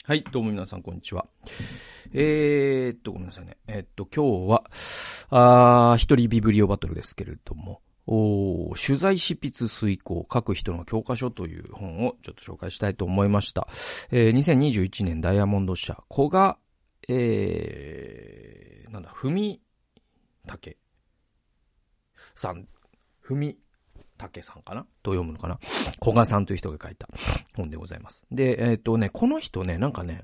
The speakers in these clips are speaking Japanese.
はい、どうも皆さんこんにちは。ごめんなさいね。今日は、一人ビブリオバトルですけれども、取材執筆遂行書く人の教科書という本をちょっと紹介したいと思いました。2021年ダイヤモンド社、古賀、文武さん、文武さんかなと読むのかな、古賀さんという人が書いた本でございます。で、この人ね、なんかね、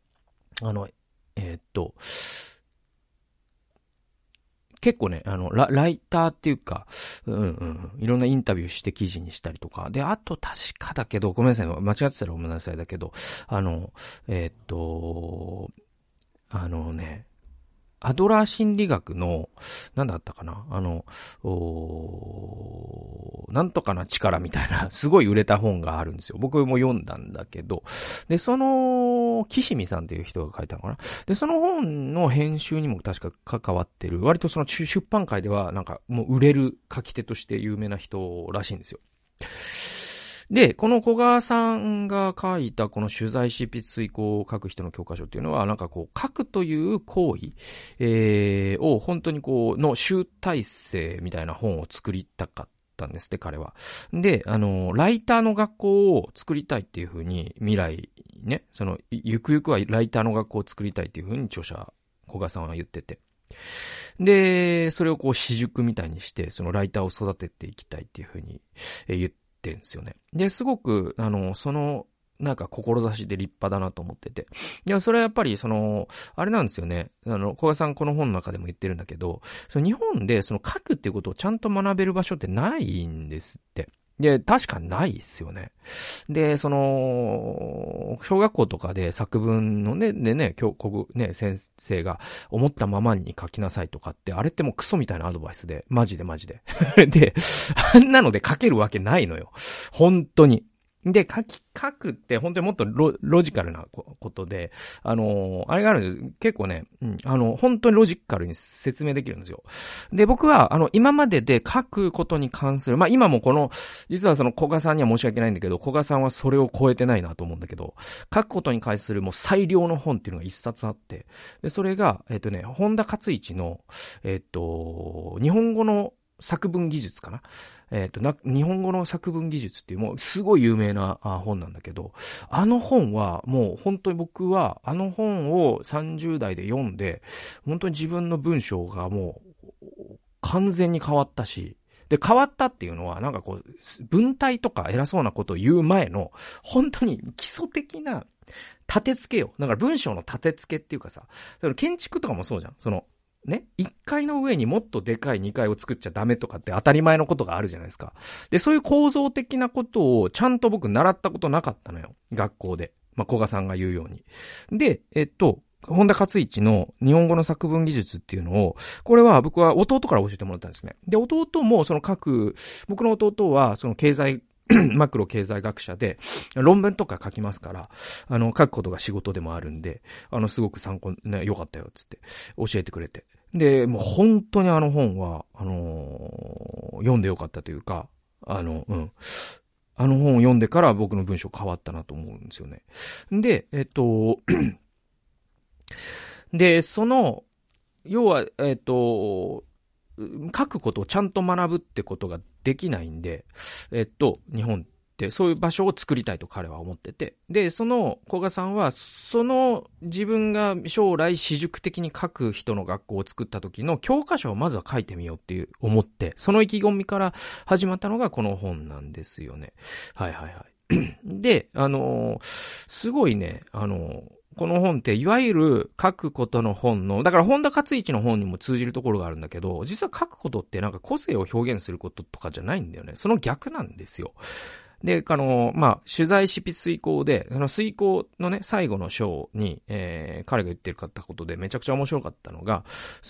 結構ね、ライターっていうか、いろんなインタビューして記事にしたりとか、で、あと確かだけど、ごめんなさい、間違ってたらごめんなさいだけど、アドラー心理学の、なんだったかななんとかな力みたいな、すごい売れた本があるんですよ。僕も読んだんだけど。で、岸見さんっていう人が書いたのかな。で、その本の編集にも確か関わってる、割とその出版界ではなんかもう売れる書き手として有名な人らしいんですよ。で、この小川さんが書いたこの取材執筆遂行を書く人の教科書っていうのは、なんかこう、書くという行為、を本当にこう、の集大成みたいな本を作りたかったんですって、彼は。で、ライターの学校を作りたいっていうふうに、未来ね、ゆくゆくはライターの学校を作りたいっていうふうに著者、小川さんは言ってて。で、それをこう、私塾みたいにして、そのライターを育てていきたいっていうふうに言ってんですよね。で、すごく、なんか志で立派だなと思ってて。いや、それはやっぱり、あれなんですよね。小川さんこの本の中でも言ってるんだけど、日本で書くっていうことをちゃんと学べる場所ってないんですって。で、確かにないですよね。で、小学校とかで作文のね、先生が思ったままに書きなさいとかって、あれってもうクソみたいなアドバイスで、マジで。で、あんなので書けるわけないのよ。本当に。で、書くって本当にもっとロジカルなことで、あれがあるんです。結構ね、本当にロジカルに説明できるんですよ。で、僕は、今までで書くことに関する、まあ、今も実は古賀さんには申し訳ないんだけど、古賀さんはそれを超えてないなと思うんだけど、書くことに関するもう最良の本っていうのが一冊あって、で、それが、本田勝一の、日本語の作文技術かな。日本語の作文技術っていうもうすごい有名な本なんだけど、あの本はもう本当に僕はあの本を30代で読んで、本当に自分の文章がもう完全に変わったし、で、変わったっていうのはなんかこう、文体とか偉そうなことを言う前の、本当に基礎的な立て付けよ。だから文章の立て付けっていうかさ、建築とかもそうじゃん。ね、1階の上にもっとでかい2階を作っちゃダメとかって当たり前のことがあるじゃないですか。で、そういう構造的なことをちゃんと僕習ったことなかったのよ。学校で。まあ、古賀さんが言うように。で、本田勝一の日本語の作文技術っていうのを、これは僕は弟から教えてもらったんですね。で、弟も僕の弟はマクロ経済学者で、論文とか書きますから、書くことが仕事でもあるんで、すごく参考ね、良かったよ、つって教えてくれて。で、もう本当にあの本は、読んで良かったというか、あの本を読んでから僕の文章変わったなと思うんですよね。で、で、要は、書くことをちゃんと学ぶってことができないんで、日本ってそういう場所を作りたいと彼は思ってて。で、古賀さんは、自分が将来私塾的に書く人の学校を作った時の教科書をまずは書いてみようっていう思って、その意気込みから始まったのがこの本なんですよね。はいはいはい。で、すごいね、この本って、いわゆる書くことの本の、だから本田勝一の本にも通じるところがあるんだけど、実は書くことってなんか個性を表現することとかじゃないんだよね。その逆なんですよ。で、取材執筆遂行で、遂行のね、最後の章に、彼が言ってることでめちゃくちゃ面白かったのが、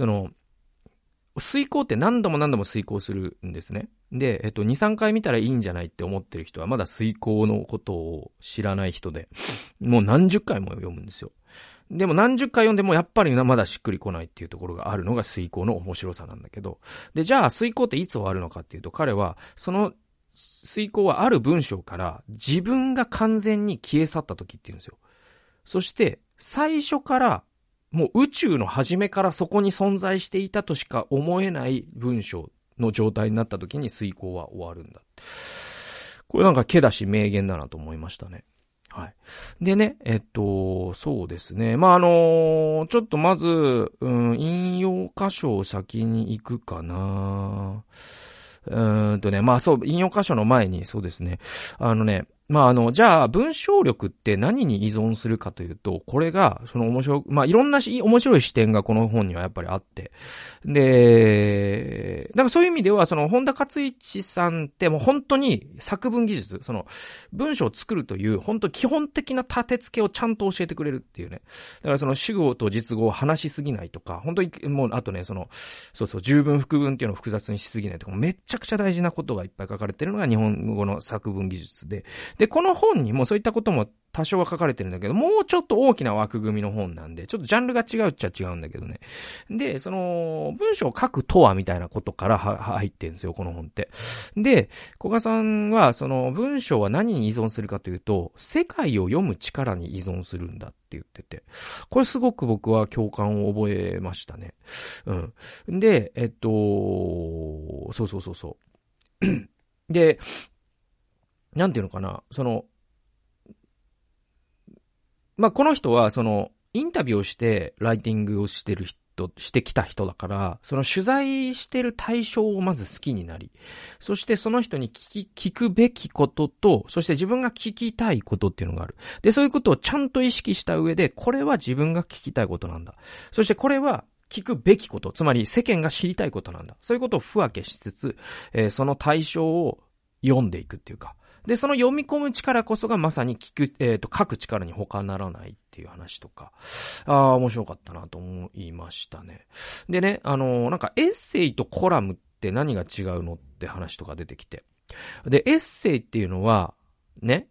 遂行って何度も遂行するんですね。で、2、3回見たらいいんじゃないって思ってる人はまだ遂行のことを知らない人で、もう何十回も読むんですよ。でも何十回読んでもやっぱりまだしっくりこないっていうところがあるのが遂行の面白さなんだけど、で、じゃあ遂行っていつ終わるのかっていうと、彼は遂行はある文章から自分が完全に消え去った時っていうんですよ。 そして最初からもう宇宙の初めからそこに存在していたとしか思えない文章の状態になった時に遂行は終わるんだ。これなんか毛だし名言だなと思いましたね。はい。でね、そうですね。まあ、ちょっとまず、引用箇所を先に行くかな。まあそう、引用箇所の前にそうですね。まあじゃあ文章力って何に依存するかというと、これが、まあいろんな面白い視点がこの本にはやっぱりあって。で、なんかそういう意味では、本田勝一さんってもう本当に作文技術、文章を作るという本当基本的な立て付けをちゃんと教えてくれるっていうね。だから主語と実語を話しすぎないとか、本当にもうあとね、十分複文っていうのを複雑にしすぎないとか、めちゃくちゃ大事なことがいっぱい書かれてるのが日本語の作文技術で、この本にもそういったことも多少は書かれてるんだけど、もうちょっと大きな枠組みの本なんで、ちょっとジャンルが違うっちゃ違うんだけどね。で、文章を書くとはみたいなことから入ってるんですよ、この本って。で、古賀さんは、文章は何に依存するかというと、世界を読む力に依存するんだって言ってて、これすごく僕は共感を覚えましたね。で、そう。で、なんていうのかな、まあ、この人は、インタビューをして、ライティングをしてきた人だから、取材してる対象をまず好きになり、そしてその人に聞くべきことと、そして自分が聞きたいことっていうのがある。で、そういうことをちゃんと意識した上で、これは自分が聞きたいことなんだ。そしてこれは、聞くべきこと、つまり世間が知りたいことなんだ。そういうことを区分けしつつ、その対象を読んでいくっていうか、で、その読み込む力こそがまさに書く力に他ならないっていう話とか、面白かったなと思いましたね。でね、なんかエッセイとコラムって何が違うのって話とか出てきて。で、エッセイっていうのは、ね、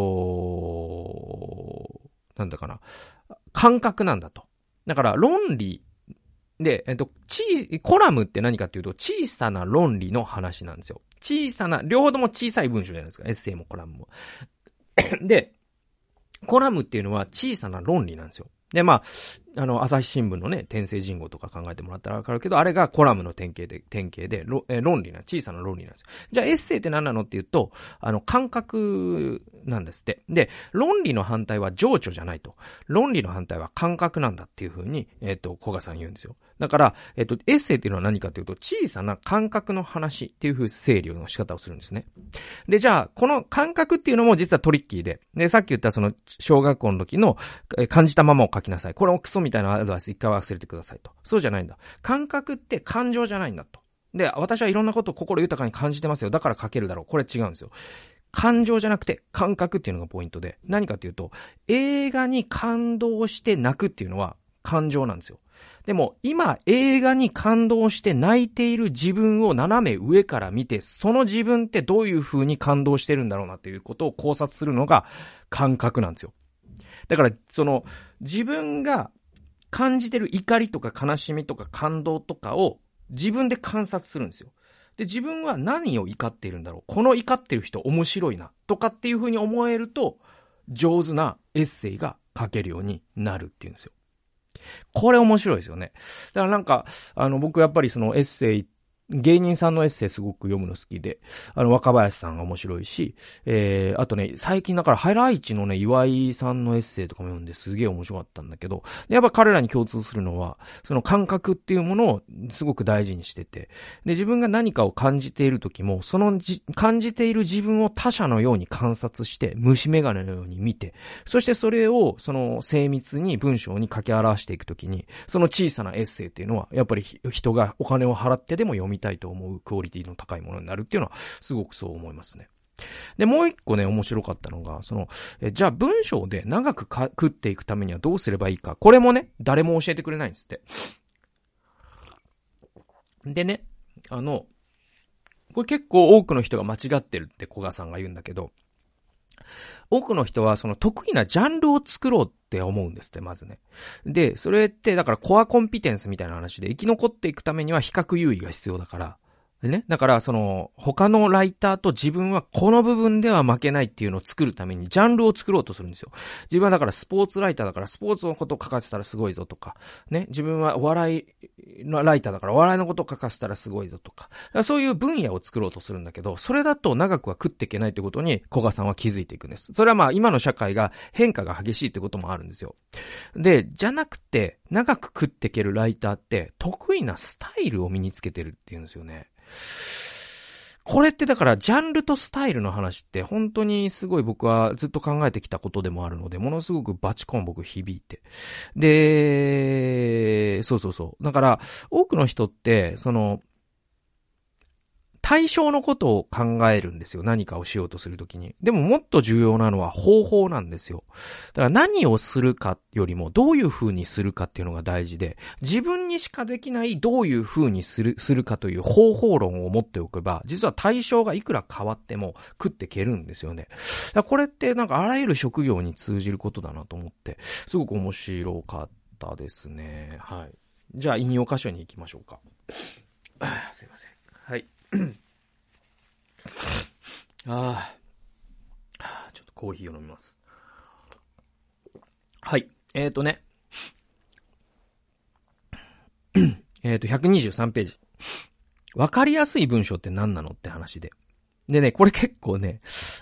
なんだかな、感覚なんだと。だから論理で、コラムって何かっていうと、小さな論理の話なんですよ。両方とも小さい文章じゃないですか。エッセイもコラムも。で、コラムっていうのは小さな論理なんですよ。で、まあ、朝日新聞のね、天聖人語とか考えてもらったらわかるけど、あれがコラムの典型で、論理小さな論理なんですよ。じゃあ、エッセイって何なのっていうと、感覚なんですって。で、論理の反対は情緒じゃないと。論理の反対は感覚なんだっていうふうに、小賀さん言うんですよ。だから、エッセイっていうのは何かというと、小さな感覚の話っていうふう整理の仕方をするんですね。で、じゃあ、この感覚っていうのも実はトリッキーで、さっき言った小学校の時の感じたままを書きなさい。これもクソみたいなアドバイス一回忘れてくださいと。そうじゃないんだ。感覚って感情じゃないんだと。で、私はいろんなことを心豊かに感じてますよ。だから書けるだろう。これ違うんですよ。感情じゃなくて感覚っていうのがポイントで、何かっていうと、映画に感動して泣くっていうのは感情なんですよ。でも、今映画に感動して泣いている自分を斜め上から見て、その自分ってどういう風に感動してるんだろうなっていうことを考察するのが感覚なんですよ。だから、自分が感じてる怒りとか悲しみとか感動とかを自分で観察するんですよ。で、自分は何を怒っているんだろう。この怒ってる人面白いな。とかっていう風に思えると、上手なエッセイが書けるようになるっていうんですよ。これ面白いですよね。だからなんか、僕やっぱりエッセイ、芸人さんのエッセイすごく読むの好きで、若林さんが面白いし、あとね、最近だからハライチのね、岩井さんのエッセイとかも読んですげえ面白かったんだけど、やっぱ彼らに共通するのは、その感覚っていうものをすごく大事にしてて、で、自分が何かを感じている時も、感じている自分を他者のように観察して、虫眼鏡のように見て、そしてそれを、精密に文章に書き表していくときに、その小さなエッセイっていうのは、やっぱり人がお金を払ってでも読みたいと思うクオリティの高いものになるっていうのは、すごくそう思いますね。で、もう一個ね、面白かったのが、じゃあ文章で長く書っていくためにはどうすればいいか。これもね、誰も教えてくれないんですって。でね、これ結構多くの人が間違ってるって古賀さんが言うんだけど、多くの人は得意なジャンルを作ろうって思うんですって、まずね。で、それってだからコアコンピテンスみたいな話で生き残っていくためには比較優位が必要だから、 でね、だから他のライターと自分はこの部分では負けないっていうのを作るためにジャンルを作ろうとするんですよ。自分はだからスポーツライターだからスポーツのことを書かせたらすごいぞとか、ね、自分はお笑いのライターだからお笑いのことを書かせたらすごいぞとか、そういう分野を作ろうとするんだけど、それだと長くは食っていけないということに古賀さんは気づいていくんです。それはまあ今の社会が変化が激しいってこともあるんですよ。で、じゃなくて長く食っていけるライターって得意なスタイルを身につけてるっていうんですよね。これってだからジャンルとスタイルの話って本当にすごい僕はずっと考えてきたことでもあるので、ものすごくバチコン僕響いて。で、そう。だから多くの人って対象のことを考えるんですよ。何かをしようとするときに。でももっと重要なのは方法なんですよ。だから何をするかよりもどういう風にするかっていうのが大事で、自分にしかできないどういう風にするかという方法論を持っておけば、実は対象がいくら変わっても食っていけるんですよね。だからこれってなんかあらゆる職業に通じることだなと思って、すごく面白かったですね。はい。じゃあ引用箇所に行きましょうか。すいません。はい。ちょっとコーヒーを飲みます。はい。123ページ。わかりやすい文章って何なのって話で。でね、これ結構ね、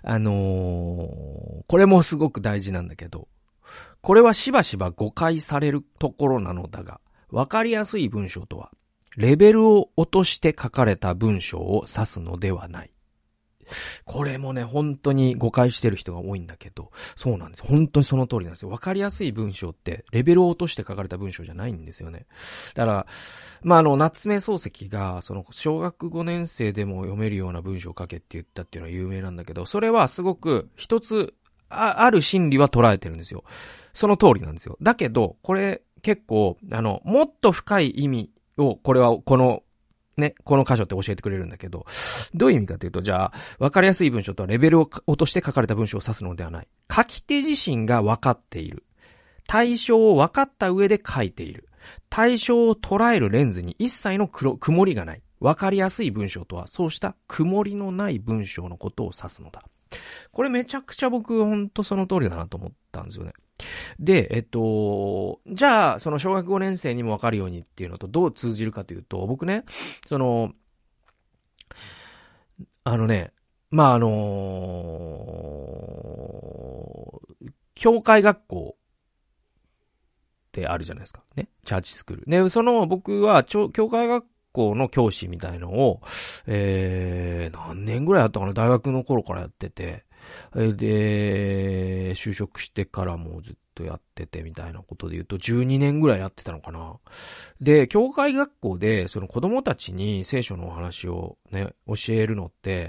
これもすごく大事なんだけど、これはしばしば誤解されるところなのだが、わかりやすい文章とは、レベルを落として書かれた文章を指すのではない。これもね、本当に誤解してる人が多いんだけど、そうなんです。本当にその通りなんですよ。わかりやすい文章って、レベルを落として書かれた文章じゃないんですよね。だから、夏目漱石が、小学5年生でも読めるような文章を書けって言ったっていうのは有名なんだけど、それはすごく一つ、ある心理は捉えてるんですよ。その通りなんですよ。だけど、これ結構、もっと深い意味を、この箇所って教えてくれるんだけど、どういう意味かというと、じゃあ、わかりやすい文章とはレベルを落として書かれた文章を指すのではない。書き手自身が分かっている。対象を分かった上で書いている。対象を捉えるレンズに一切の曇りがない。わかりやすい文章とは、そうした曇りのない文章のことを指すのだ。これめちゃくちゃ僕、ほんとその通りだなと思ったんですよね。で、じゃあ、小学5年生にもわかるようにっていうのとどう通じるかというと、僕ね、教会学校ってあるじゃないですか。ね。チャーチスクール。で、僕は、教会学校の教師みたいのを、何年ぐらいやったかな、大学の頃からやってて、で、就職してからもずっとやっててみたいなことで言うと12年ぐらいやってたのかな。で、教会学校で子供たちに聖書のお話をね、教えるのって、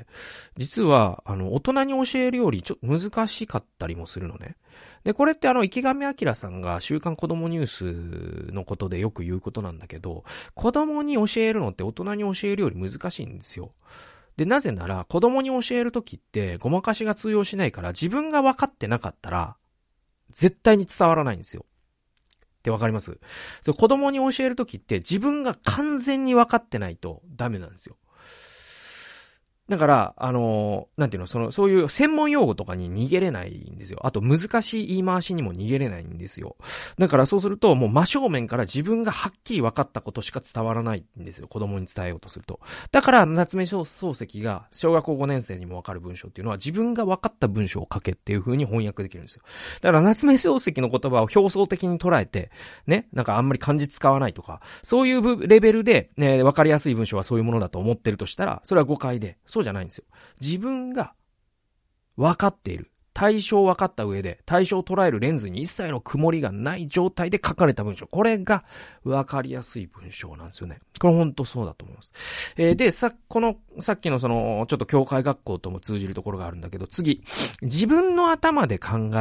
実は大人に教えるよりちょっと難しかったりもするのね。で、これって池上彰さんが週刊子供ニュースのことでよく言うことなんだけど、子供に教えるのって大人に教えるより難しいんですよ。で、なぜなら、子供に教えるときって、ごまかしが通用しないから、自分が分かってなかったら、絶対に伝わらないんですよ。ってわかります？子供に教えるときって、自分が完全に分かってないとダメなんですよ。だから、なんていうの、そういう専門用語とかに逃げれないんですよ。あと難しい言い回しにも逃げれないんですよ。だからそうすると、もう真正面から自分がはっきり分かったことしか伝わらないんですよ。子供に伝えようとすると。だから、夏目漱石が小学校5年生にも分かる文章っていうのは自分が分かった文章を書けっていう風に翻訳できるんですよ。だから夏目漱石の言葉を表層的に捉えて、ね、なんかあんまり漢字使わないとか、そういうレベルで、ね、分かりやすい文章はそういうものだと思ってるとしたら、それは誤解で、そうじゃないんですよ。自分が分かっている。対象を分かった上で、対象を捉えるレンズに一切の曇りがない状態で書かれた文章。これが分かりやすい文章なんですよね。これ本当そうだと思います。で、さっきのちょっと教会学校とも通じるところがあるんだけど、次、自分の頭で考える 、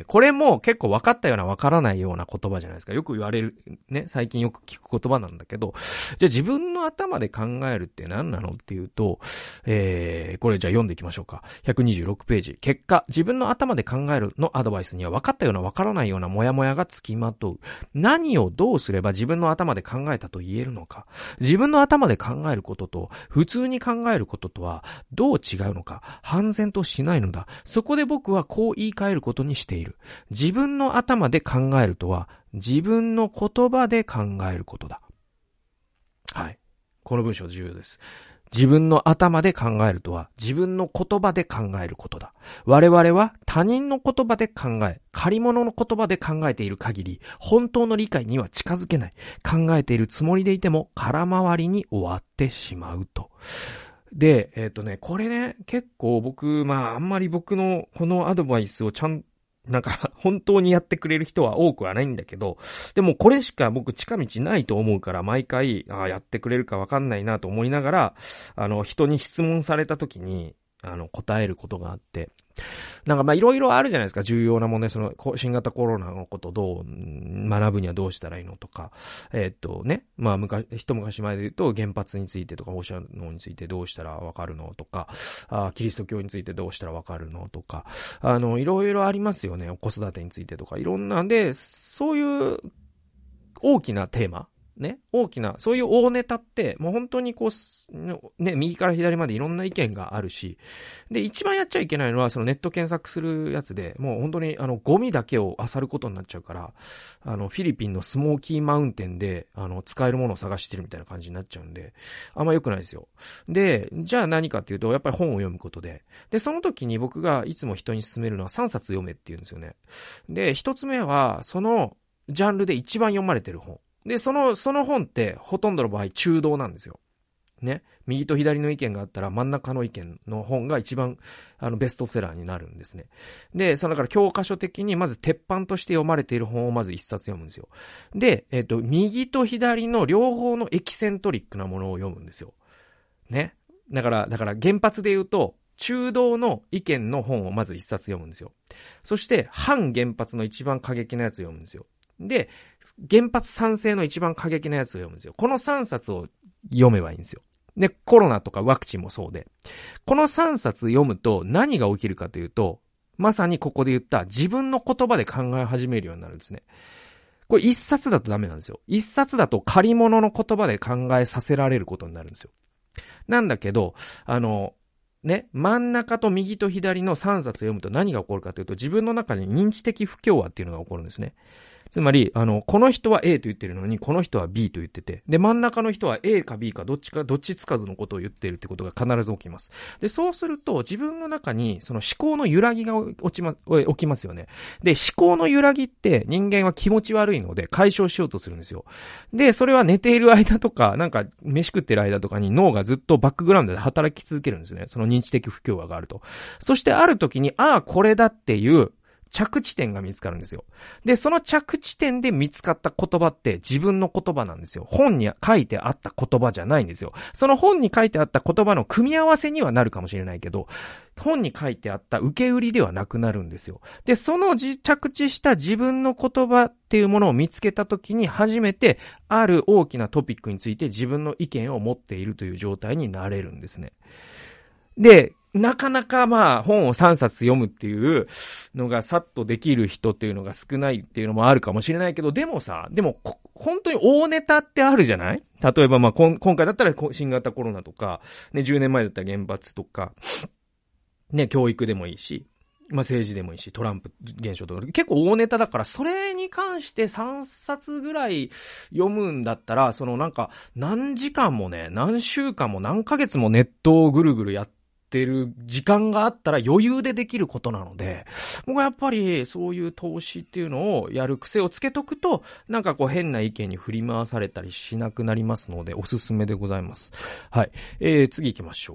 これも結構分かったような分からないような言葉じゃないですか。よく言われる、ね、最近よく聞く言葉なんだけど、じゃあ自分の頭で考えるって何なのっていうと、これじゃあ読んでいきましょうか。126ページ。結果、自分の頭で考えるのアドバイスには分かったような分からないようなモヤモヤがつきまとう。何をどうすれば自分の頭で考えたと言えるのか。自分の頭で考えることと、普通に考えることとはどう違うのか。判然としないのだ。そこで僕はこう言い換えることにしている。自分の頭で考えるとは、自分の言葉で考えることだ。はい。この文章重要です。自分の頭で考えるとは、自分の言葉で考えることだ。我々は他人の言葉で考え、借り物の言葉で考えている限り、本当の理解には近づけない。考えているつもりでいても、空回りに終わってしまうと。で、これね、結構僕、あんまり僕のこのアドバイスを本当にやってくれる人は多くはないんだけど、でもこれしか僕近道ないと思うから毎回、やってくれるかわかんないなと思いながら、人に質問された時に、答えることがあって、いろいろあるじゃないですか、重要な問題、新型コロナのことどう、学ぶにはどうしたらいいのとか、一昔前で言うと原発についてとか、放射能についてどうしたらわかるのとか、キリスト教についてどうしたらわかるのとか、いろいろありますよね、子育てについてとか、いろんなんで、そういう大きなテーマ、ね、そういう大ネタって、もう本当に右から左までいろんな意見があるし、で、一番やっちゃいけないのは、ネット検索するやつで、もう本当にゴミだけを漁ることになっちゃうから、フィリピンのスモーキーマウンテンで、使えるものを探してるみたいな感じになっちゃうんで、あんま良くないですよ。で、じゃあ何かっていうと、やっぱり本を読むことで、で、その時に僕がいつも人に勧めるのは3冊読めって言うんですよね。で、一つ目は、そのジャンルで一番読まれてる本。で、その本ってほとんどの場合中道なんですよ。ね。右と左の意見があったら真ん中の意見の本が一番ベストセラーになるんですね。で、だから教科書的にまず鉄板として読まれている本をまず一冊読むんですよ。で、右と左の両方のエキセントリックなものを読むんですよ。ね。だから原発で言うと、中道の意見の本をまず一冊読むんですよ。そして反原発の一番過激なやつを読むんですよ。で、原発賛成の一番過激なやつを読むんですよ。この3冊を読めばいいんですよ。で、コロナとかワクチンもそうで。この3冊読むと何が起きるかというと、まさにここで言った自分の言葉で考え始めるようになるんですね。これ1冊だとダメなんですよ。1冊だと借り物の言葉で考えさせられることになるんですよ。なんだけど、真ん中と右と左の3冊読むと何が起こるかというと、自分の中に認知的不協和っていうのが起こるんですね。つまり、この人は A と言ってるのに、この人は B と言ってて、で、真ん中の人は A か B かどっちつかずのことを言っているってことが必ず起きます。で、そうすると、自分の中に、思考の揺らぎが起きますよね。で、思考の揺らぎって人間は気持ち悪いので解消しようとするんですよ。で、それは寝ている間とか、飯食ってる間とかに脳がずっとバックグラウンドで働き続けるんですね。その認知的不協和があると。そしてある時に、これだっていう、着地点が見つかるんですよ。で、その着地点で見つかった言葉って自分の言葉なんですよ。本に書いてあった言葉じゃないんですよ。その本に書いてあった言葉の組み合わせにはなるかもしれないけど、本に書いてあった受け売りではなくなるんですよ。で、その着地した自分の言葉っていうものを見つけたときに初めてある大きなトピックについて自分の意見を持っているという状態になれるんですね。で、なかなか本を3冊読むっていうのがさっとできる人っていうのが少ないっていうのもあるかもしれないけど、でも本当に大ネタってあるじゃない？例えば今回だったら新型コロナとか、ね、10年前だったら原発とか、ね、教育でもいいし、政治でもいいし、トランプ現象とか、結構大ネタだから、それに関して3冊ぐらい読むんだったら、何時間もね、何週間も何ヶ月もネットをぐるぐるやってる時間があったら余裕でできることなので、僕はやっぱりそういう投資っていうのをやる癖をつけとくと、変な意見に振り回されたりしなくなりますので、おすすめでございます。はい。次行きましょうか。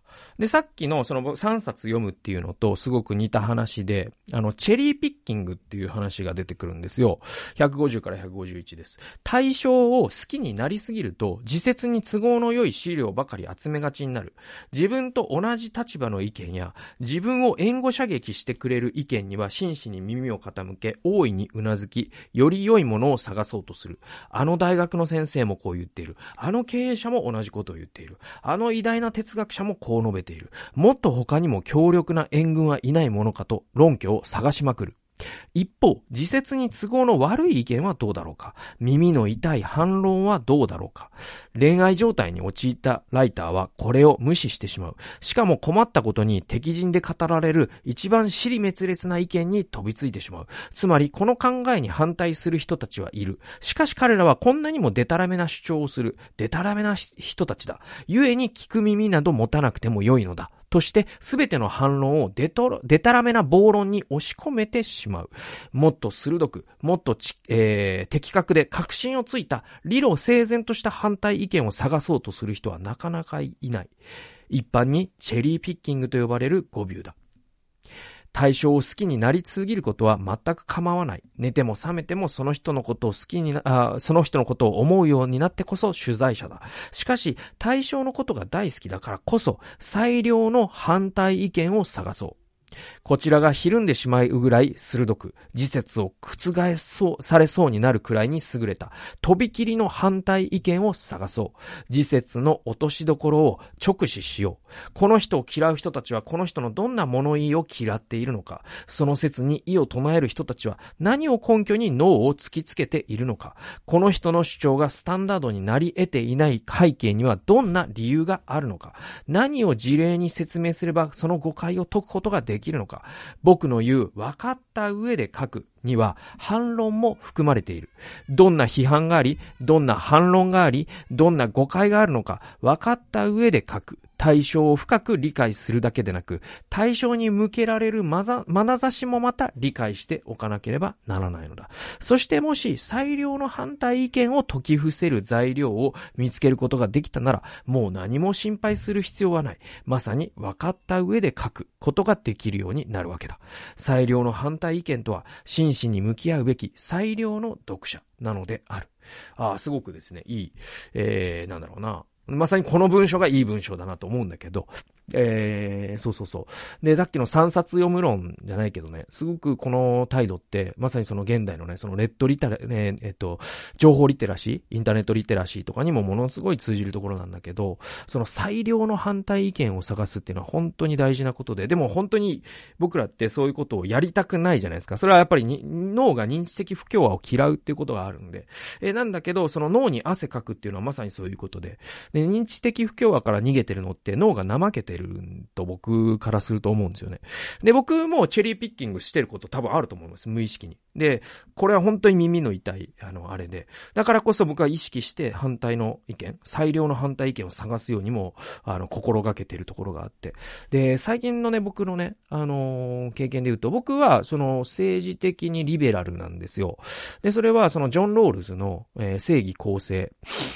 で、さっきのその3冊読むっていうのとすごく似た話で、チェリーピッキングっていう話が出てくるんですよ。150から151です。対象を好きになりすぎると、自説に都合の良い資料ばかり集めがちになる。自分と同じ立場の意見や、自分を援護射撃してくれる意見には真摯に耳を傾け、大いにうなずき、より良いものを探そうとする。あの大学の先生もこう言っている。あの経営者も同じことを言っている。あの偉大な哲学者もこう述べている。もっと他にも強力な援軍はいないものかと論拠を探しまくる。一方、自説に都合の悪い意見はどうだろうか。耳の痛い反論はどうだろうか。恋愛状態に陥ったライターはこれを無視してしまう。しかも困ったことに敵陣で語られる一番尻滅裂な意見に飛びついてしまう。つまりこの考えに反対する人たちはいる。しかし彼らはこんなにもデタラメな主張をする。デタラメな人たちだ。故に聞く耳など持たなくても良いのだ。として、すべての反論をデタラメな暴論に押し込めてしまう。もっと鋭く、もっと的確で確信をついた理路整然とした反対意見を探そうとする人はなかなかいない。一般にチェリーピッキングと呼ばれる語尾だ。対象を好きになり続けることは全く構わない。寝ても覚めてもその人のことをその人のことを思うようになってこそ取材者だ。しかし、対象のことが大好きだからこそ、最良の反対意見を探そう。こちらがひるんでしまうぐらい鋭く、自説を覆されそうになるくらいに優れた、とびきりの反対意見を探そう。自説の落としどころを直視しよう。この人を嫌う人たちはこの人のどんな物言いを嫌っているのか。その説に異を唱える人たちは何を根拠に脳を突きつけているのか。この人の主張がスタンダードになり得ていない背景にはどんな理由があるのか。何を事例に説明すればその誤解を解くことができるのか。僕の言う分かった上で書くには反論も含まれている。どんな批判があり、どんな反論があり、どんな誤解があるのか分かった上で書く。対象を深く理解するだけでなく、対象に向けられる眼差しもまた理解しておかなければならないのだ。そしてもし最良の反対意見を解き伏せる材料を見つけることができたなら、もう何も心配する必要はない。まさに分かった上で書くことができるようになるわけだ。最良の反対意見とは、真摯に向き合うべき最良の読者なのである。すごくですね、いい、なんだろうな。まさにこの文章がいい文章だなと思うんだけど、そうそうそう。で、さっきの3冊読む論じゃないけどね、すごくこの態度って、まさにその現代のね、その情報リテラシー、インターネットリテラシーとかにもものすごい通じるところなんだけど、その最良の反対意見を探すっていうのは本当に大事なことで、でも本当に僕らってそういうことをやりたくないじゃないですか。それはやっぱり脳が認知的不協和を嫌うっていうことがあるんで、なんだけど、その脳に汗かくっていうのはまさにそういうことで、認知的不協和から逃げてるのって脳が怠けてると僕からすると思うんですよね。で、僕もチェリーピッキングしてること多分あると思います。無意識に。で、これは本当に耳の痛い、あれで。だからこそ僕は意識して反対の意見、最良の反対意見を探すようにも、心がけてるところがあって。で、最近のね、僕のね、経験で言うと、僕は、政治的にリベラルなんですよ。で、それは、ジョン・ロールズの、正義公正、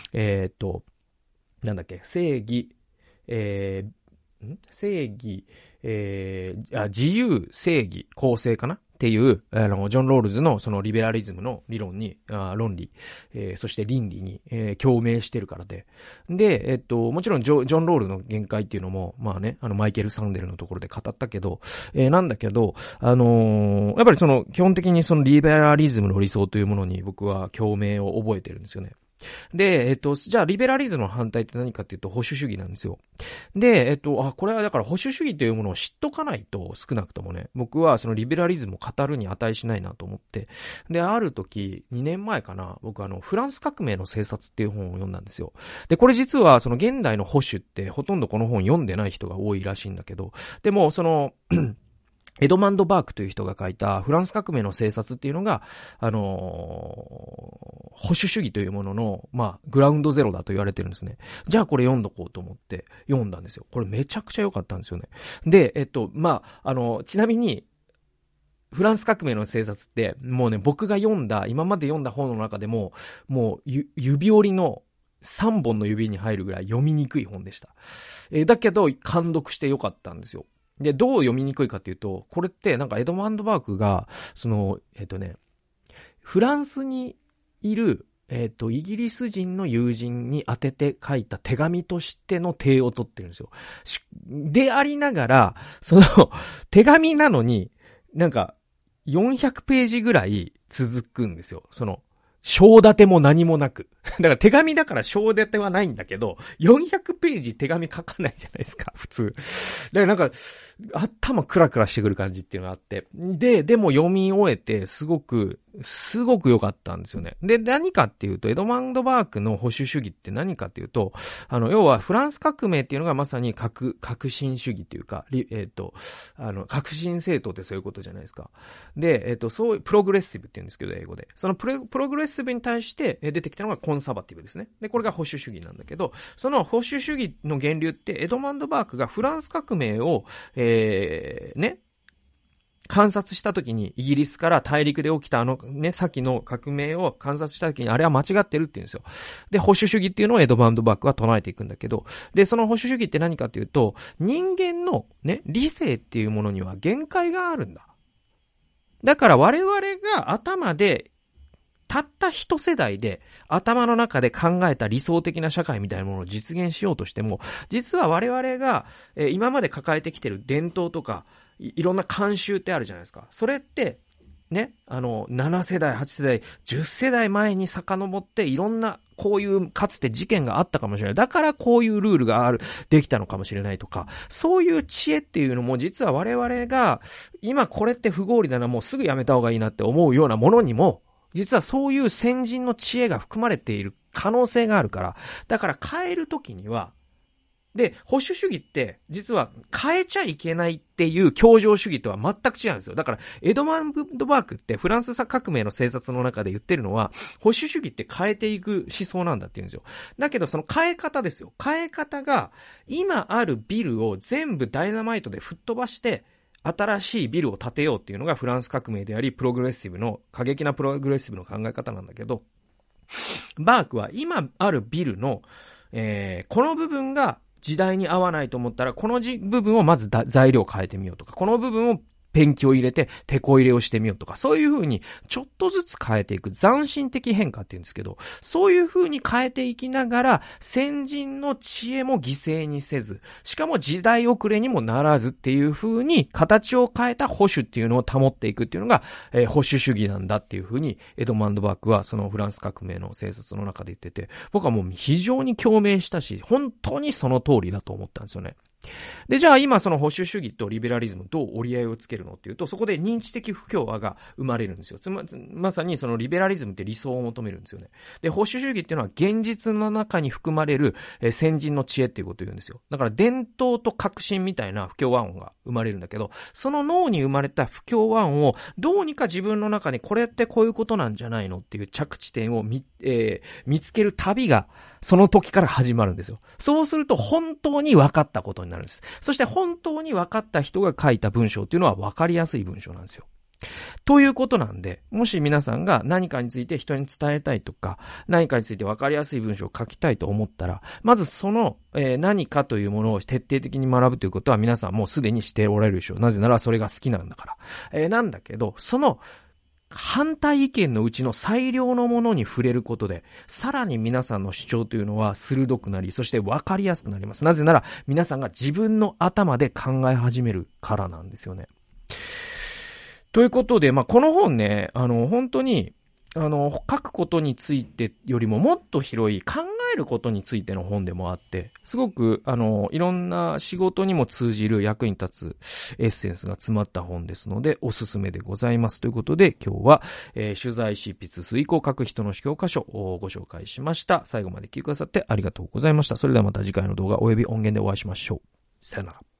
なんだっけ、正義、自由、正義、公正かなっていう、ジョン・ロールズのそのリベラリズムの論理、そして倫理に、共鳴してるからで。で、もちろんジョン・ロールの限界っていうのも、まあね、マイケル・サンデルのところで語ったけど、なんだけど、やっぱり基本的にそのリベラリズムの理想というものに僕は共鳴を覚えてるんですよね。で、じゃあ、リベラリズムの反対って何かっていうと、保守主義なんですよ。で、これはだから保守主義というものを知っとかないと、少なくともね、僕はそのリベラリズムを語るに値しないなと思って、で、ある時、2年前かな、僕フランス革命の政策っていう本を読んだんですよ。で、これ実はその現代の保守ってほとんどこの本読んでない人が多いらしいんだけど、でもエドマンド・バークという人が書いたフランス革命の政策っていうのが、保守主義というものの、まあ、グラウンドゼロだと言われてるんですね。じゃあこれ読んどこうと思って読んだんですよ。これめちゃくちゃ良かったんですよね。で、ちなみに、フランス革命の政策って、もうね、僕が今まで読んだ本の中でも、もう、指折りの 3本の指に入るぐらい読みにくい本でした。だけど、感読してよかったんですよ。で、どう読みにくいかっていうと、これってなんかエドマンド・バークが、フランスにいる、イギリス人の友人に宛てて書いた手紙としての体を取ってるんですよ。でありながら、その、手紙なのに、なんか、400ページぐらい続くんですよ。その、章立ても何もなく。だから手紙だから章立てはないんだけど、400ページ手紙書かないじゃないですか、普通。だからなんか、頭クラクラしてくる感じっていうのがあって。でも読み終えて、すごく良かったんですよね。で、何かっていうと、エドマンド・バークの保守主義って何かっていうと、要はフランス革命っていうのがまさに革新主義っていうか、革新政党ってそういうことじゃないですか。で、そういうプログレッシブって言うんですけど、英語で。そのプログレッシブに対して出てきたのがコンサバティブですね。で、これが保守主義なんだけど、その保守主義の源流って、エドマンド・バークがフランス革命を、観察したときに、イギリスから大陸で起きた先の革命を観察したときに、あれは間違ってるって言うんですよ。で、保守主義っていうのをエドマンド・バークは唱えていくんだけど、で、その保守主義って何かっていうと、人間の理性っていうものには限界があるんだ。だから我々が頭で、たった一世代で頭の中で考えた理想的な社会みたいなものを実現しようとしても、実は我々が今まで抱えてきてる伝統とか、いろんな慣習ってあるじゃないですか。それって、7世代、8世代、10世代前に遡っていろんなこういうかつて事件があったかもしれない。だからこういうルールができたのかもしれないとか、そういう知恵っていうのも実は我々が今これって不合理だな、もうすぐやめた方がいいなって思うようなものにも、実はそういう先人の知恵が含まれている可能性があるから、だから変えるときには、で、保守主義って、実は変えちゃいけないっていう協情主義とは全く違うんですよ。だから、エドマンド・バークってフランス革命の政策の中で言ってるのは、保守主義って変えていく思想なんだって言うんですよ。だけど、その変え方ですよ。変え方が、今あるビルを全部ダイナマイトで吹っ飛ばして、新しいビルを建てようっていうのがフランス革命であり、過激なプログレッシブの考え方なんだけど、バークは今あるビルの、この部分が時代に合わないと思ったら、この部分をまず材料を変えてみようとか、この部分をペンキを入れて、テコ入れをしてみようとか、そういう風にちょっとずつ変えていく斬新的変化って言うんですけど、そういう風に変えていきながら、先人の知恵も犠牲にせず、しかも時代遅れにもならずっていう風に形を変えた保守っていうのを保っていくっていうのが、保守主義なんだっていう風にエドマンド・バークはそのフランス革命の政策の中で言ってて、僕はもう非常に共鳴したし、本当にその通りだと思ったんですよね。で、じゃあ今その保守主義とリベラリズムどう折り合いをつけるのっていうと、そこで認知的不協和が生まれるんですよ。まさにそのリベラリズムって理想を求めるんですよね。で、保守主義っていうのは現実の中に含まれる先人の知恵っていうことを言うんですよ。だから伝統と革新みたいな不協和音が生まれるんだけど、その脳に生まれた不協和音をどうにか自分の中にこれってこういうことなんじゃないのっていう着地点を見つける旅がその時から始まるんですよ。そうすると本当に分かったことになるんです。そして本当に分かった人が書いた文章っていうのは分かりやすい文章なんですよ。ということなんで、もし皆さんが何かについて人に伝えたいとか、何かについて分かりやすい文章を書きたいと思ったら、まずその、何かというものを徹底的に学ぶということは皆さんもうすでにしておられるでしょう。なぜならそれが好きなんだから。なんだけど、その反対意見のうちの最良のものに触れることで、さらに皆さんの主張というのは鋭くなり、そして分かりやすくなります。なぜなら皆さんが自分の頭で考え始めるからなんですよね。ということで、この本ね、本当に、書くことについてよりももっと広い考えることについての本でもあって、すごく、いろんな仕事にも通じる役に立つエッセンスが詰まった本ですので、おすすめでございます。ということで、今日は、取材執筆遂行書く人の教科書をご紹介しました。最後まで聞いてくださってありがとうございました。それではまた次回の動画及び音源でお会いしましょう。さよなら。